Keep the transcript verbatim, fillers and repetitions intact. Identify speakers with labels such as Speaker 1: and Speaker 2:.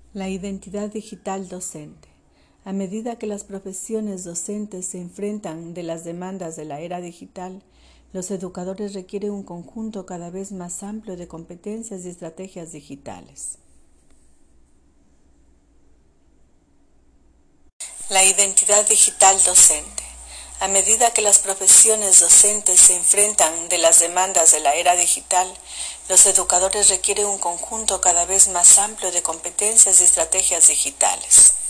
Speaker 1: La identidad digital docente. A medida que las profesiones docentes se enfrentan de las demandas de la era digital, los educadores requieren un conjunto cada vez más amplio de competencias y estrategias digitales. La identidad digital docente. A medida que las profesiones docentes se enfrentan de las demandas de la era digital, los educadores requieren un conjunto cada vez más amplio de competencias y estrategias digitales.